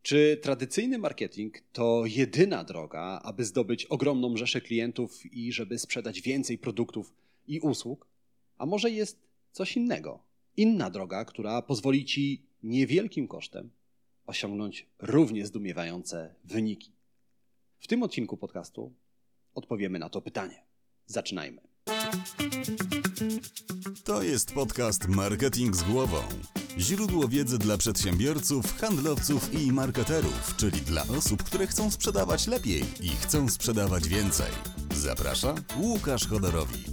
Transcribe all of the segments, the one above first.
Czy tradycyjny marketing to jedyna droga, aby zdobyć ogromną rzeszę klientów i żeby sprzedać więcej produktów i usług? A może jest coś innego? Inna droga, która pozwoli Ci niewielkim kosztem osiągnąć równie zdumiewające wyniki. W tym odcinku podcastu odpowiemy na to pytanie. Zaczynajmy. To jest podcast Marketing z głową. Źródło wiedzy dla przedsiębiorców, handlowców i marketerów, czyli dla osób, które chcą sprzedawać lepiej i chcą sprzedawać więcej. Zaprasza Łukasz Chodorowicz.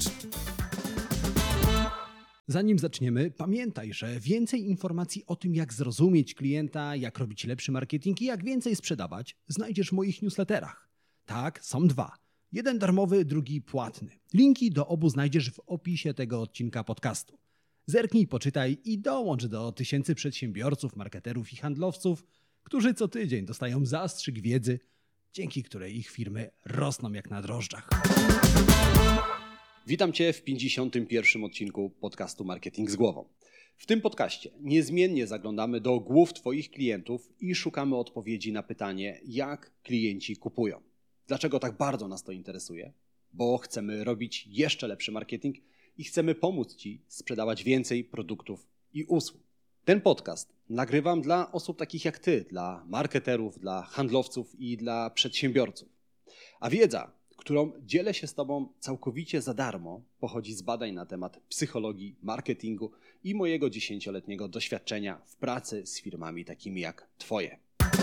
Zanim zaczniemy, pamiętaj, że więcej informacji o tym, jak zrozumieć klienta, jak robić lepszy marketing i jak więcej sprzedawać, znajdziesz w moich newsletterach. Tak, są dwa. Jeden darmowy, drugi płatny. Linki do obu znajdziesz w opisie tego odcinka podcastu. Zerknij, poczytaj i dołącz do tysięcy przedsiębiorców, marketerów i handlowców, którzy co tydzień dostają zastrzyk wiedzy, dzięki której ich firmy rosną jak na drożdżach. Witam Cię w 51. odcinku podcastu Marketing z głową. W tym podcaście niezmiennie zaglądamy do głów Twoich klientów i szukamy odpowiedzi na pytanie, jak klienci kupują. Dlaczego tak bardzo nas to interesuje? Bo chcemy robić jeszcze lepszy marketing i chcemy pomóc Ci sprzedawać więcej produktów i usług. Ten podcast nagrywam dla osób takich jak Ty, dla marketerów, dla handlowców i dla przedsiębiorców. A wiedza, którą dzielę się z Tobą całkowicie za darmo, pochodzi z badań na temat psychologii, marketingu i mojego 10-letniego doświadczenia w pracy z firmami takimi jak Twoje.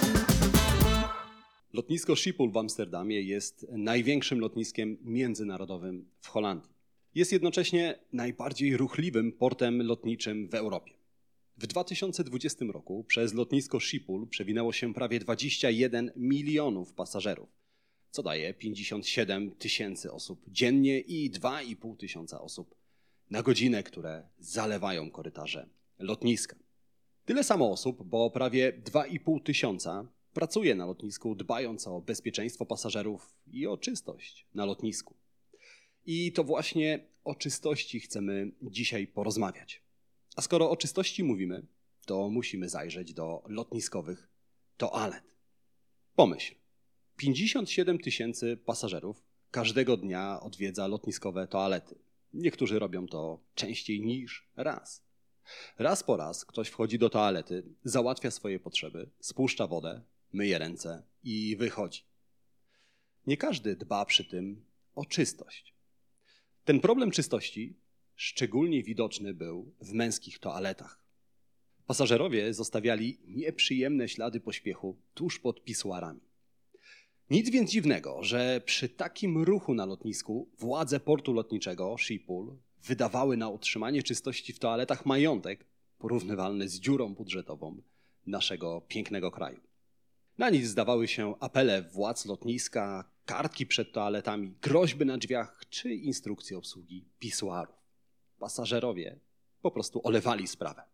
Lotnisko Schiphol w Amsterdamie jest największym lotniskiem międzynarodowym w Holandii. Jest jednocześnie najbardziej ruchliwym portem lotniczym w Europie. W 2020 roku przez lotnisko Schiphol przewinęło się prawie 21 milionów pasażerów, co daje 57 tysięcy osób dziennie i 2,5 tysiąca osób na godzinę, które zalewają korytarze lotniska. Tyle samo osób, bo prawie 2,5 tysiąca pracuje na lotnisku, dbając o bezpieczeństwo pasażerów i o czystość na lotnisku. I to właśnie o czystości chcemy dzisiaj porozmawiać. A skoro o czystości mówimy, to musimy zajrzeć do lotniskowych toalet. Pomyśl, 57 tysięcy pasażerów każdego dnia odwiedza lotniskowe toalety. Niektórzy robią to częściej niż raz. Raz po raz ktoś wchodzi do toalety, załatwia swoje potrzeby, spuszcza wodę, myje ręce i wychodzi. Nie każdy dba przy tym o czystość. Ten problem czystości szczególnie widoczny był w męskich toaletach. Pasażerowie zostawiali nieprzyjemne ślady pośpiechu tuż pod pisuarami. Nic więc dziwnego, że przy takim ruchu na lotnisku władze portu lotniczego Schiphol wydawały na utrzymanie czystości w toaletach majątek porównywalny z dziurą budżetową naszego pięknego kraju. Na nic zdawały się apele władz lotniska, kartki przed toaletami, groźby na drzwiach czy instrukcje obsługi pisuarów. Pasażerowie po prostu olewali sprawę.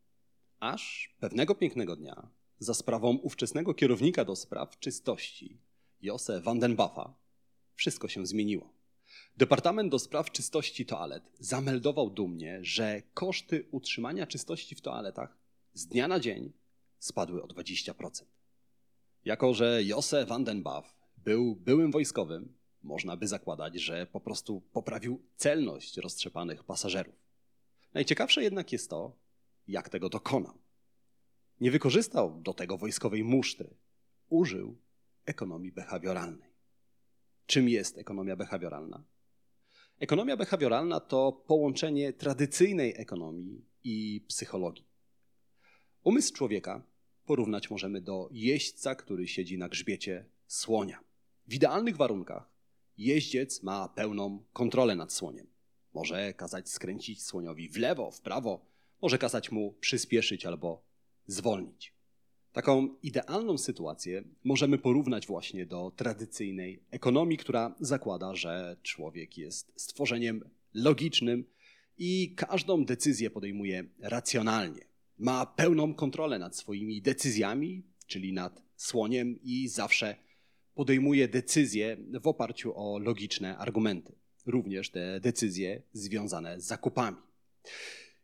Aż pewnego pięknego dnia za sprawą ówczesnego kierownika do spraw czystości, Josse van den Baffa, wszystko się zmieniło. Departament do spraw czystości toalet zameldował dumnie, że koszty utrzymania czystości w toaletach z dnia na dzień spadły o 20%. Jako że Josse van den Baff był byłym wojskowym, można by zakładać, że po prostu poprawił celność roztrzepanych pasażerów. Najciekawsze jednak jest to, jak tego dokonał. Nie wykorzystał do tego wojskowej musztry. Użył ekonomii behawioralnej. Czym jest ekonomia behawioralna? Ekonomia behawioralna to połączenie tradycyjnej ekonomii i psychologii. Umysł człowieka porównać możemy do jeźdźca, który siedzi na grzbiecie słonia. W idealnych warunkach jeździec ma pełną kontrolę nad słoniem. Może kazać skręcić słoniowi w lewo, w prawo, może kazać mu przyspieszyć albo zwolnić. Taką idealną sytuację możemy porównać właśnie do tradycyjnej ekonomii, która zakłada, że człowiek jest stworzeniem logicznym i każdą decyzję podejmuje racjonalnie. Ma pełną kontrolę nad swoimi decyzjami, czyli nad słoniem i zawsze podejmuje decyzje w oparciu o logiczne argumenty. Również te decyzje związane z zakupami.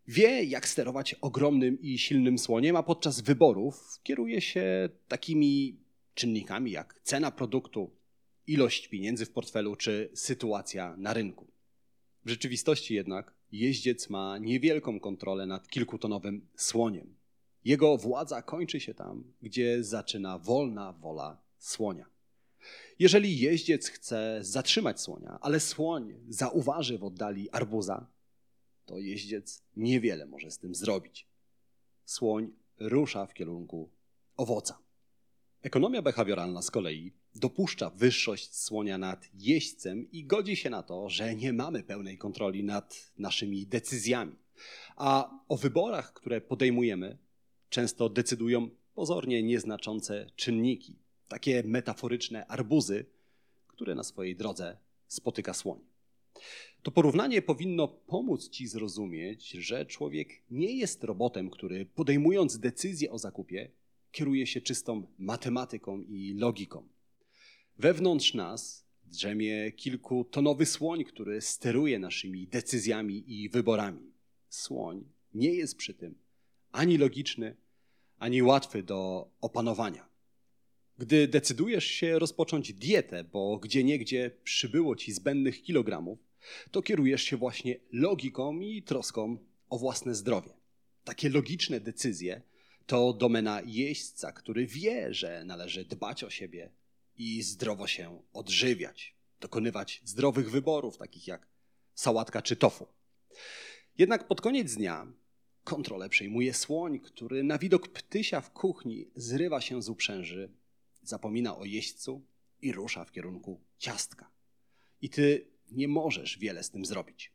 Wie, jak sterować ogromnym i silnym słoniem, a podczas wyborów kieruje się takimi czynnikami jak cena produktu, ilość pieniędzy w portfelu czy sytuacja na rynku. W rzeczywistości jednak jeździec ma niewielką kontrolę nad kilkutonowym słoniem. Jego władza kończy się tam, gdzie zaczyna wolna wola słonia. Jeżeli jeździec chce zatrzymać słonia, ale słoń zauważy w oddali arbuza, to jeździec niewiele może z tym zrobić. Słoń rusza w kierunku owoca. Ekonomia behawioralna z kolei dopuszcza wyższość słonia nad jeźdźcem i godzi się na to, że nie mamy pełnej kontroli nad naszymi decyzjami. A o wyborach, które podejmujemy, często decydują pozornie nieznaczące czynniki, takie metaforyczne arbuzy, które na swojej drodze spotyka słoń. To porównanie powinno pomóc Ci zrozumieć, że człowiek nie jest robotem, który podejmując decyzję o zakupie, kieruje się czystą matematyką i logiką. Wewnątrz nas drzemie kilkutonowy słoń, który steruje naszymi decyzjami i wyborami. Słoń nie jest przy tym ani logiczny, ani łatwy do opanowania. Gdy decydujesz się rozpocząć dietę, bo gdzieniegdzie przybyło Ci zbędnych kilogramów, to kierujesz się właśnie logiką i troską o własne zdrowie. Takie logiczne decyzje to domena jeźdźca, który wie, że należy dbać o siebie i zdrowo się odżywiać, dokonywać zdrowych wyborów, takich jak sałatka czy tofu. Jednak pod koniec dnia kontrolę przejmuje słoń, który na widok ptysia w kuchni zrywa się z uprzęży, zapomina o jeźdźcu i rusza w kierunku ciastka. I ty nie możesz wiele z tym zrobić.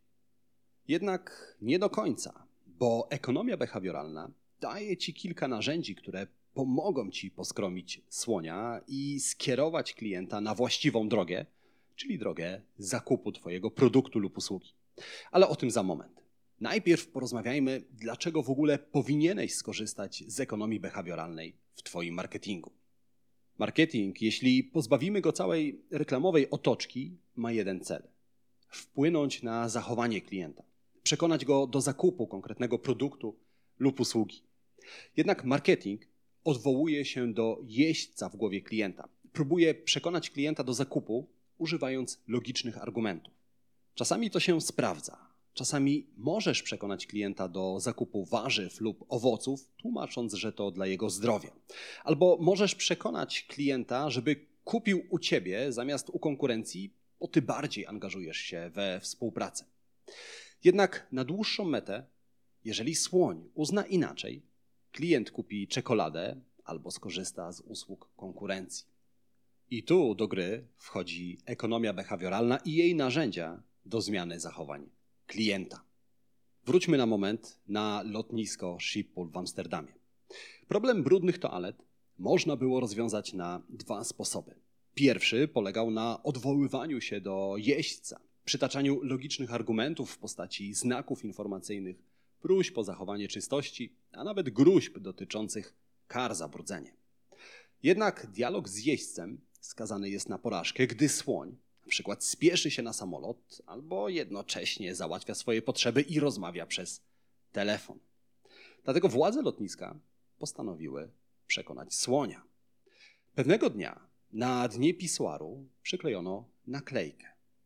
Jednak nie do końca, bo ekonomia behawioralna daje ci kilka narzędzi, które pomogą ci poskromić słonia i skierować klienta na właściwą drogę, czyli drogę zakupu twojego produktu lub usługi. Ale o tym za moment. Najpierw porozmawiajmy, dlaczego w ogóle powinieneś skorzystać z ekonomii behawioralnej w twoim marketingu. Marketing, jeśli pozbawimy go całej reklamowej otoczki, ma jeden cel. Wpłynąć na zachowanie klienta. Przekonać go do zakupu konkretnego produktu lub usługi. Jednak marketing odwołuje się do jeźdźca w głowie klienta. Próbuje przekonać klienta do zakupu, używając logicznych argumentów. Czasami to się sprawdza. Czasami możesz przekonać klienta do zakupu warzyw lub owoców, tłumacząc, że to dla jego zdrowia. Albo możesz przekonać klienta, żeby kupił u ciebie zamiast u konkurencji, bo ty bardziej angażujesz się we współpracę. Jednak na dłuższą metę, jeżeli słoń uzna inaczej, klient kupi czekoladę albo skorzysta z usług konkurencji. I tu do gry wchodzi ekonomia behawioralna i jej narzędzia do zmiany zachowań klienta. Wróćmy na moment na lotnisko Schiphol w Amsterdamie. Problem brudnych toalet można było rozwiązać na dwa sposoby. Pierwszy polegał na odwoływaniu się do jeźdźca, przytaczaniu logicznych argumentów w postaci znaków informacyjnych, próśb o zachowanie czystości, a nawet gróźb dotyczących kar za brudzenie. Jednak dialog z jeźdźcem skazany jest na porażkę, gdy słoń na przykład spieszy się na samolot albo jednocześnie załatwia swoje potrzeby i rozmawia przez telefon. Dlatego władze lotniska postanowiły przekonać słonia. Pewnego dnia na dnie pisuaru przyklejono naklejkę.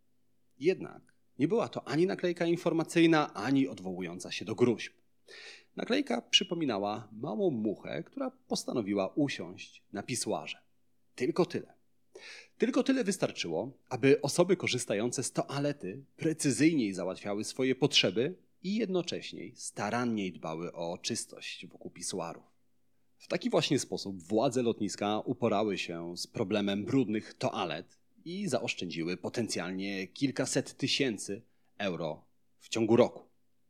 Jednak nie była to ani naklejka informacyjna, ani odwołująca się do gróźb. Naklejka przypominała małą muchę, która postanowiła usiąść na pisuarze. Tylko tyle. Tylko tyle wystarczyło, aby osoby korzystające z toalety precyzyjniej załatwiały swoje potrzeby i jednocześnie staranniej dbały o czystość wokół pisuarów. W taki właśnie sposób władze lotniska uporały się z problemem brudnych toalet i zaoszczędziły potencjalnie kilkaset tysięcy euro w ciągu roku.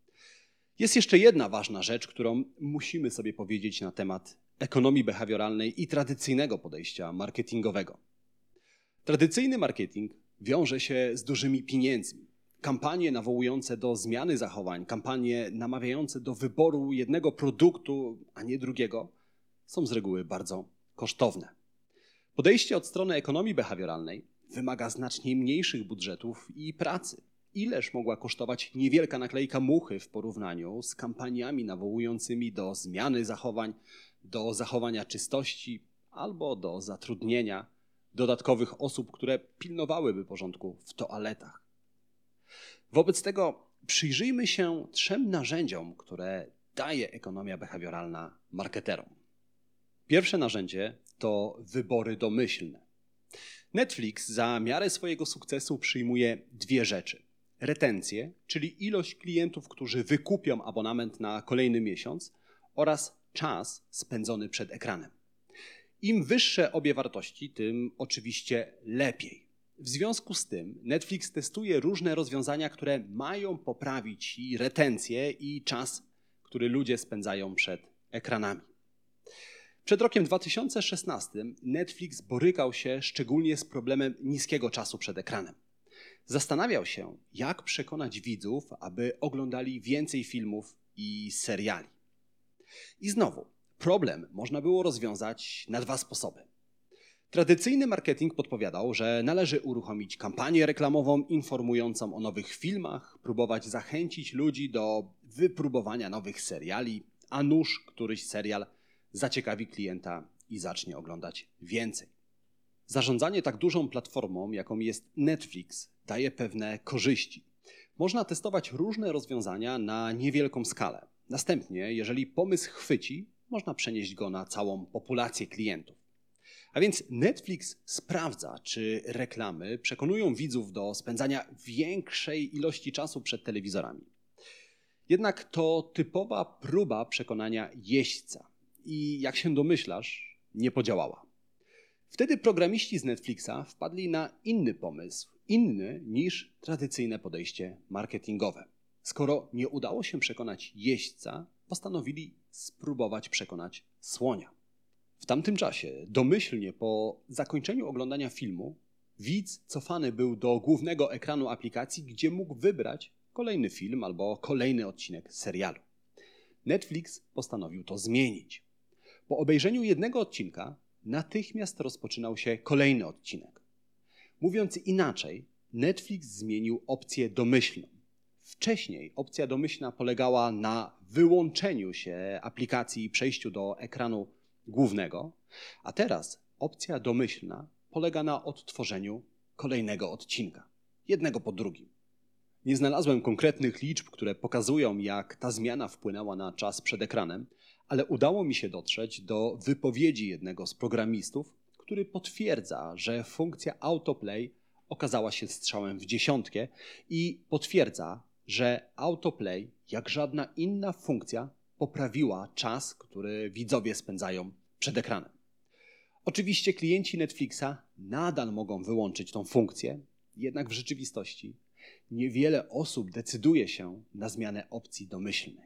Jest jeszcze jedna ważna rzecz, którą musimy sobie powiedzieć na temat ekonomii behawioralnej i tradycyjnego podejścia marketingowego. Tradycyjny marketing wiąże się z dużymi pieniędzmi. Kampanie nawołujące do zmiany zachowań, kampanie namawiające do wyboru jednego produktu, a nie drugiego, są z reguły bardzo kosztowne. Podejście od strony ekonomii behawioralnej wymaga znacznie mniejszych budżetów i pracy. ileż mogła kosztować niewielka naklejka muchy w porównaniu z kampaniami nawołującymi do zmiany zachowań, do zachowania czystości albo do zatrudnienia dodatkowych osób, które pilnowałyby porządku w toaletach. Wobec tego przyjrzyjmy się 3 narzędziom, które daje ekonomia behawioralna marketerom. Pierwsze narzędzie to wybory domyślne. Netflix za miarę swojego sukcesu przyjmuje 2 rzeczy. Retencję, czyli ilość klientów, którzy wykupią abonament na kolejny miesiąc, oraz czas spędzony przed ekranem. Im wyższe obie wartości, tym oczywiście lepiej. W związku z tym Netflix testuje różne rozwiązania, które mają poprawić i retencję, i czas, który ludzie spędzają przed ekranami. Przed rokiem 2016 Netflix borykał się szczególnie z problemem niskiego czasu przed ekranem. Zastanawiał się, jak przekonać widzów, aby oglądali więcej filmów i seriali. I znowu, problem można było rozwiązać na 2 sposoby. Tradycyjny marketing podpowiadał, że należy uruchomić kampanię reklamową informującą o nowych filmach, próbować zachęcić ludzi do wypróbowania nowych seriali, a nuż któryś serial zaciekawi klienta i zacznie oglądać więcej. Zarządzanie tak dużą platformą, jaką jest Netflix, daje pewne korzyści. Można testować różne rozwiązania na niewielką skalę. Następnie, jeżeli pomysł chwyci, można przenieść go na całą populację klientów. A więc Netflix sprawdza, czy reklamy przekonują widzów do spędzania większej ilości czasu przed telewizorami. Jednak to typowa próba przekonania jeźdźca i jak się domyślasz, nie podziałała. Wtedy programiści z Netflixa wpadli na inny pomysł, inny niż tradycyjne podejście marketingowe. Skoro nie udało się przekonać jeźdźca, postanowili spróbować przekonać słonia. W tamtym czasie, domyślnie po zakończeniu oglądania filmu, widz cofany był do głównego ekranu aplikacji, gdzie mógł wybrać kolejny film albo kolejny odcinek serialu. Netflix postanowił to zmienić. Po obejrzeniu jednego odcinka natychmiast rozpoczynał się kolejny odcinek. Mówiąc inaczej, Netflix zmienił opcję domyślną. Wcześniej opcja domyślna polegała na wyłączeniu się aplikacji i przejściu do ekranu głównego, a teraz opcja domyślna polega na odtworzeniu kolejnego odcinka, jednego po drugim. Nie znalazłem konkretnych liczb, które pokazują, jak ta zmiana wpłynęła na czas przed ekranem, ale udało mi się dotrzeć do wypowiedzi jednego z programistów, który potwierdza, że funkcja autoplay okazała się strzałem w dziesiątkę i potwierdza, że autoplay, jak żadna inna funkcja, poprawiła czas, który widzowie spędzają przed ekranem. Oczywiście klienci Netflixa nadal mogą wyłączyć tą funkcję, jednak w rzeczywistości niewiele osób decyduje się na zmianę opcji domyślnej.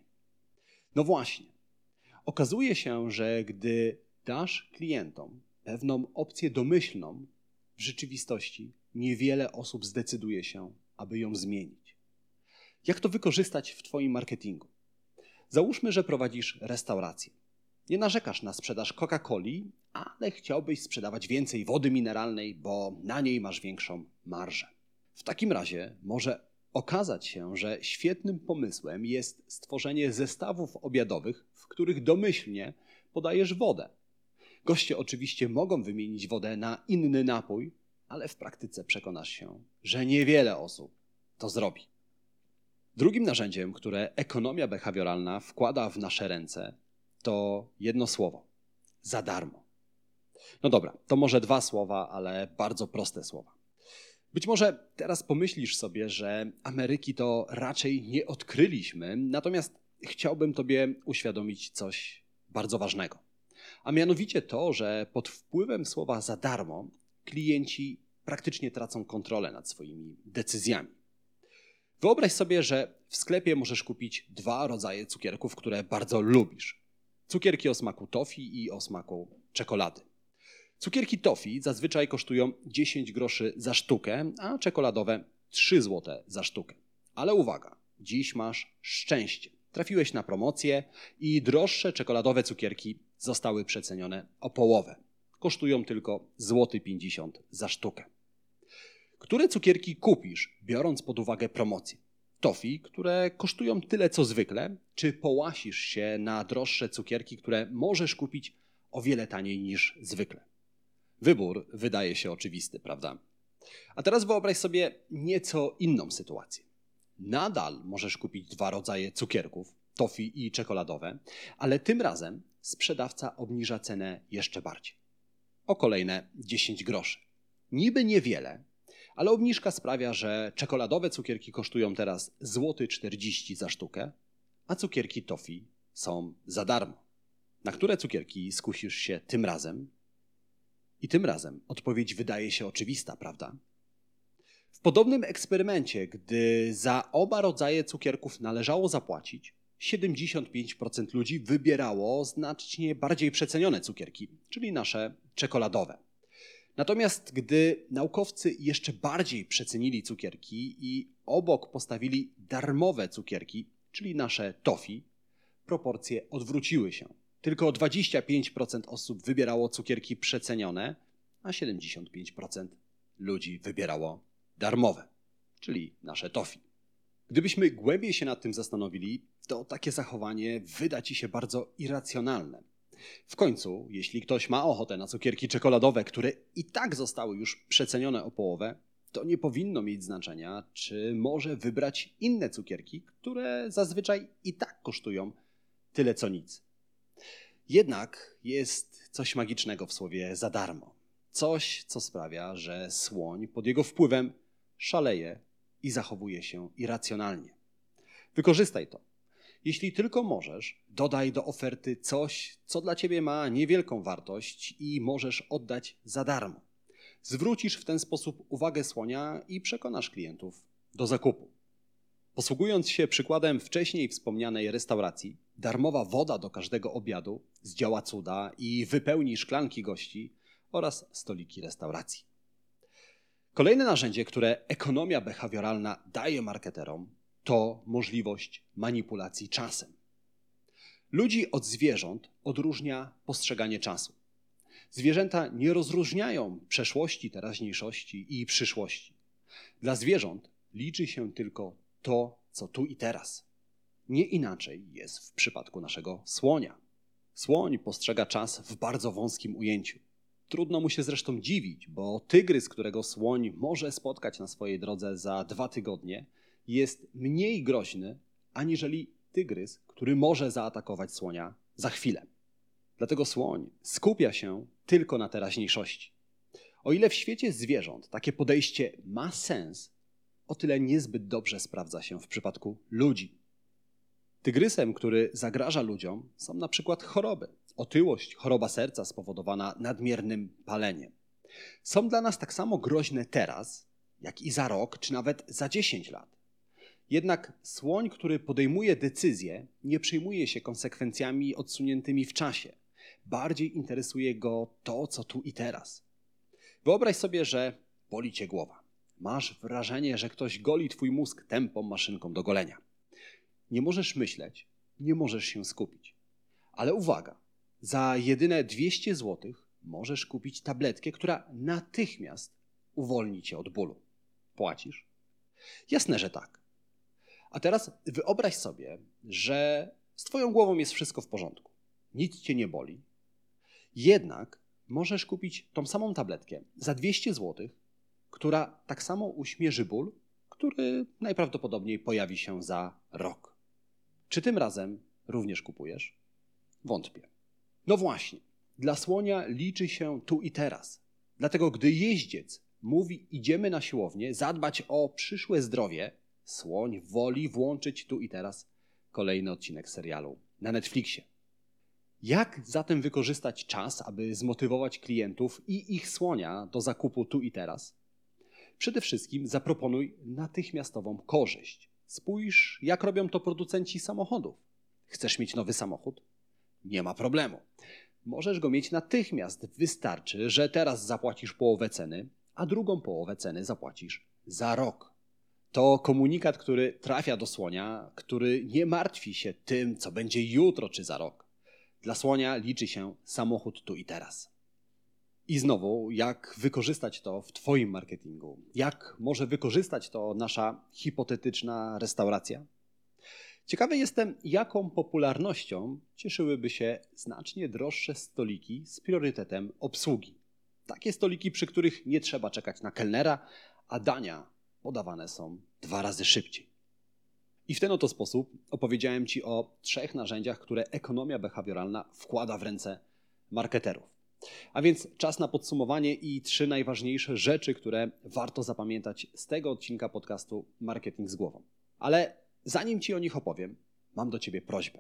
No właśnie, okazuje się, że gdy dasz klientom pewną opcję domyślną, w rzeczywistości niewiele osób zdecyduje się, aby ją zmienić. Jak to wykorzystać w Twoim marketingu? Załóżmy, że prowadzisz restaurację. Nie narzekasz na sprzedaż Coca-Coli, ale chciałbyś sprzedawać więcej wody mineralnej, bo na niej masz większą marżę. W takim razie może okazać się, że świetnym pomysłem jest stworzenie zestawów obiadowych, w których domyślnie podajesz wodę. Goście oczywiście mogą wymienić wodę na inny napój, ale w praktyce przekonasz się, że niewiele osób to zrobi. Drugim narzędziem, które ekonomia behawioralna wkłada w nasze ręce, to jedno słowo – za darmo. No dobra, to może 2 słowa, ale bardzo proste słowa. Być może teraz pomyślisz sobie, że Ameryki to raczej nie odkryliśmy, natomiast chciałbym Tobie uświadomić coś bardzo ważnego. A mianowicie to, że pod wpływem słowa za darmo klienci praktycznie tracą kontrolę nad swoimi decyzjami. Wyobraź sobie, że w sklepie możesz kupić 2 rodzaje cukierków, które bardzo lubisz. Cukierki o smaku toffee i o smaku czekolady. Cukierki toffee zazwyczaj kosztują 10 groszy za sztukę, a czekoladowe 3 zł za sztukę. Ale uwaga, dziś masz szczęście. Trafiłeś na promocję i droższe czekoladowe cukierki zostały przecenione o połowę. Kosztują tylko 1,50 zł za sztukę. Które cukierki kupisz, biorąc pod uwagę promocje? Toffee, które kosztują tyle co zwykle, czy połasisz się na droższe cukierki, które możesz kupić o wiele taniej niż zwykle? Wybór wydaje się oczywisty, prawda? A teraz wyobraź sobie nieco inną sytuację. Nadal możesz kupić 2 rodzaje cukierków, toffee i czekoladowe, ale tym razem sprzedawca obniża cenę jeszcze bardziej. O kolejne 10 groszy. Niby niewiele, ale obniżka sprawia, że czekoladowe cukierki kosztują teraz złoty 40 za sztukę, a cukierki toffee są za darmo. Na które cukierki skusisz się tym razem? I tym razem odpowiedź wydaje się oczywista, prawda? W podobnym eksperymencie, gdy za oba rodzaje cukierków należało zapłacić, 75% ludzi wybierało znacznie bardziej przecenione cukierki, czyli nasze czekoladowe. Natomiast gdy naukowcy jeszcze bardziej przecenili cukierki i obok postawili darmowe cukierki, czyli nasze toffee, proporcje odwróciły się. Tylko 25% osób wybierało cukierki przecenione, a 75% ludzi wybierało darmowe, czyli nasze toffee. Gdybyśmy głębiej się nad tym zastanowili, to takie zachowanie wyda ci się bardzo irracjonalne. W końcu, jeśli ktoś ma ochotę na cukierki czekoladowe, które i tak zostały już przecenione o połowę, to nie powinno mieć znaczenia, czy może wybrać inne cukierki, które zazwyczaj i tak kosztują tyle co nic. Jednak jest coś magicznego w słowie za darmo. Coś, co sprawia, że słoń pod jego wpływem szaleje i zachowuje się irracjonalnie. Wykorzystaj to. Jeśli tylko możesz, dodaj do oferty coś, co dla ciebie ma niewielką wartość i możesz oddać za darmo. Zwrócisz w ten sposób uwagę słonia i przekonasz klientów do zakupu. Posługując się przykładem wcześniej wspomnianej restauracji, darmowa woda do każdego obiadu zdziała cuda i wypełni szklanki gości oraz stoliki restauracji. Kolejne narzędzie, które ekonomia behawioralna daje marketerom, to możliwość manipulacji czasem. Ludzi od zwierząt odróżnia postrzeganie czasu. Zwierzęta nie rozróżniają przeszłości, teraźniejszości i przyszłości. Dla zwierząt liczy się tylko to, co tu i teraz. Nie inaczej jest w przypadku naszego słonia. Słoń postrzega czas w bardzo wąskim ujęciu. Trudno mu się zresztą dziwić, bo tygrys, którego słoń może spotkać na swojej drodze za 2 tygodnie, jest mniej groźny aniżeli tygrys, który może zaatakować słonia za chwilę. Dlatego słoń skupia się tylko na teraźniejszości. O ile w świecie zwierząt takie podejście ma sens, o tyle niezbyt dobrze sprawdza się w przypadku ludzi. Tygrysem, który zagraża ludziom, są na przykład choroby. Otyłość, choroba serca spowodowana nadmiernym paleniem. Są dla nas tak samo groźne teraz, jak i za rok, czy nawet za 10 lat. Jednak słoń, który podejmuje decyzje, nie przejmuje się konsekwencjami odsuniętymi w czasie. Bardziej interesuje go to, co tu i teraz. Wyobraź sobie, że boli cię głowa. Masz wrażenie, że ktoś goli twój mózg tępą maszynką do golenia. Nie możesz myśleć, nie możesz się skupić. Ale uwaga, za jedyne 200 zł możesz kupić tabletkę, która natychmiast uwolni cię od bólu. Płacisz? Jasne, że tak. A teraz wyobraź sobie, że z twoją głową jest wszystko w porządku. Nic cię nie boli. Jednak możesz kupić tą samą tabletkę za 200 zł, która tak samo uśmierzy ból, który najprawdopodobniej pojawi się za rok. Czy tym razem również kupujesz? Wątpię. No właśnie, dla słonia liczy się tu i teraz. Dlatego gdy jeździec mówi idziemy na siłownię, zadbać o przyszłe zdrowie, słoń woli włączyć tu i teraz kolejny odcinek serialu na Netflixie. Jak zatem wykorzystać czas, aby zmotywować klientów i ich słonia do zakupu tu i teraz? Przede wszystkim zaproponuj natychmiastową korzyść. Spójrz, jak robią to producenci samochodów. Chcesz mieć nowy samochód? Nie ma problemu. Możesz go mieć natychmiast. Wystarczy, że teraz zapłacisz połowę ceny, a drugą połowę ceny zapłacisz za rok. To komunikat, który trafia do słonia, który nie martwi się tym, co będzie jutro czy za rok. Dla słonia liczy się samochód tu i teraz. I znowu, jak wykorzystać to w Twoim marketingu? Jak może wykorzystać to nasza hipotetyczna restauracja? Ciekawy jestem, jaką popularnością cieszyłyby się znacznie droższe stoliki z priorytetem obsługi. Takie stoliki, przy których nie trzeba czekać na kelnera, a dania podawane są 2 razy szybciej. I w ten oto sposób opowiedziałem Ci o 3 narzędziach, które ekonomia behawioralna wkłada w ręce marketerów. A więc czas na podsumowanie i 3 najważniejsze rzeczy, które warto zapamiętać z tego odcinka podcastu Marketing z głową. Ale zanim Ci o nich opowiem, mam do Ciebie prośbę.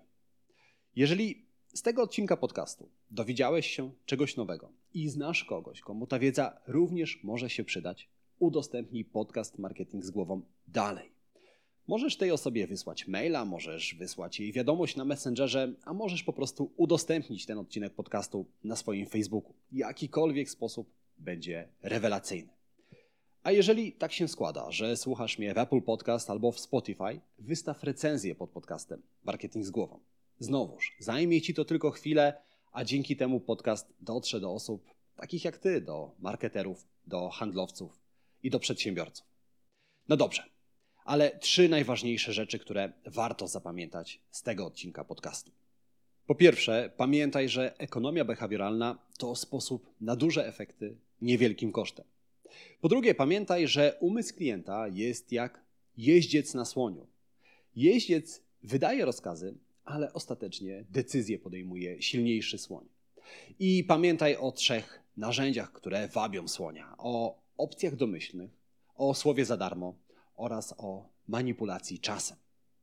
Jeżeli z tego odcinka podcastu dowiedziałeś się czegoś nowego i znasz kogoś, komu ta wiedza również może się przydać, udostępnij podcast Marketing z głową dalej. Możesz tej osobie wysłać maila, możesz wysłać jej wiadomość na Messengerze, a możesz po prostu udostępnić ten odcinek podcastu na swoim Facebooku. Jakikolwiek sposób będzie rewelacyjny. A jeżeli tak się składa, że słuchasz mnie w Apple Podcast albo w Spotify, wystaw recenzję pod podcastem Marketing z głową. Znowuż, zajmie Ci to tylko chwilę, a dzięki temu podcast dotrze do osób takich jak Ty, do marketerów, do handlowców i do przedsiębiorców. No dobrze, ale 3 najważniejsze rzeczy, które warto zapamiętać z tego odcinka podcastu. Po pierwsze, pamiętaj, że ekonomia behawioralna to sposób na duże efekty niewielkim kosztem. Po drugie, pamiętaj, że umysł klienta jest jak jeździec na słoniu. Jeździec wydaje rozkazy, ale ostatecznie decyzję podejmuje silniejszy słoń. I pamiętaj o 3 narzędziach, które wabią słonia. O opcjach domyślnych, o słowie za darmo oraz o manipulacji czasem.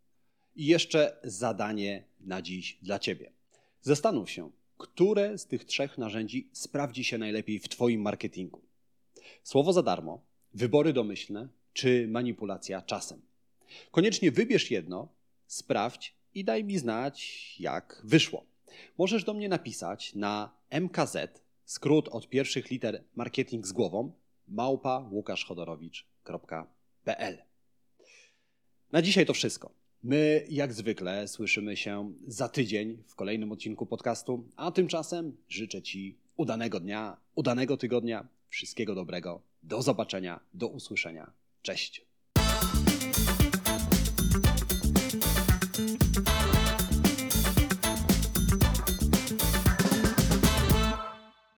I jeszcze zadanie na dziś dla Ciebie. Zastanów się, które z tych 3 narzędzi sprawdzi się najlepiej w Twoim marketingu. Słowo za darmo, wybory domyślne czy manipulacja czasem. Koniecznie wybierz jedno, sprawdź i daj mi znać, jak wyszło. Możesz do mnie napisać na MKZ, skrót od pierwszych liter marketing z głową, @łukaszchodorowicz.pl. Na dzisiaj to wszystko. My, jak zwykle, słyszymy się za tydzień w kolejnym odcinku podcastu, a tymczasem życzę Ci udanego dnia, udanego tygodnia, wszystkiego dobrego. Do zobaczenia, do usłyszenia. Cześć.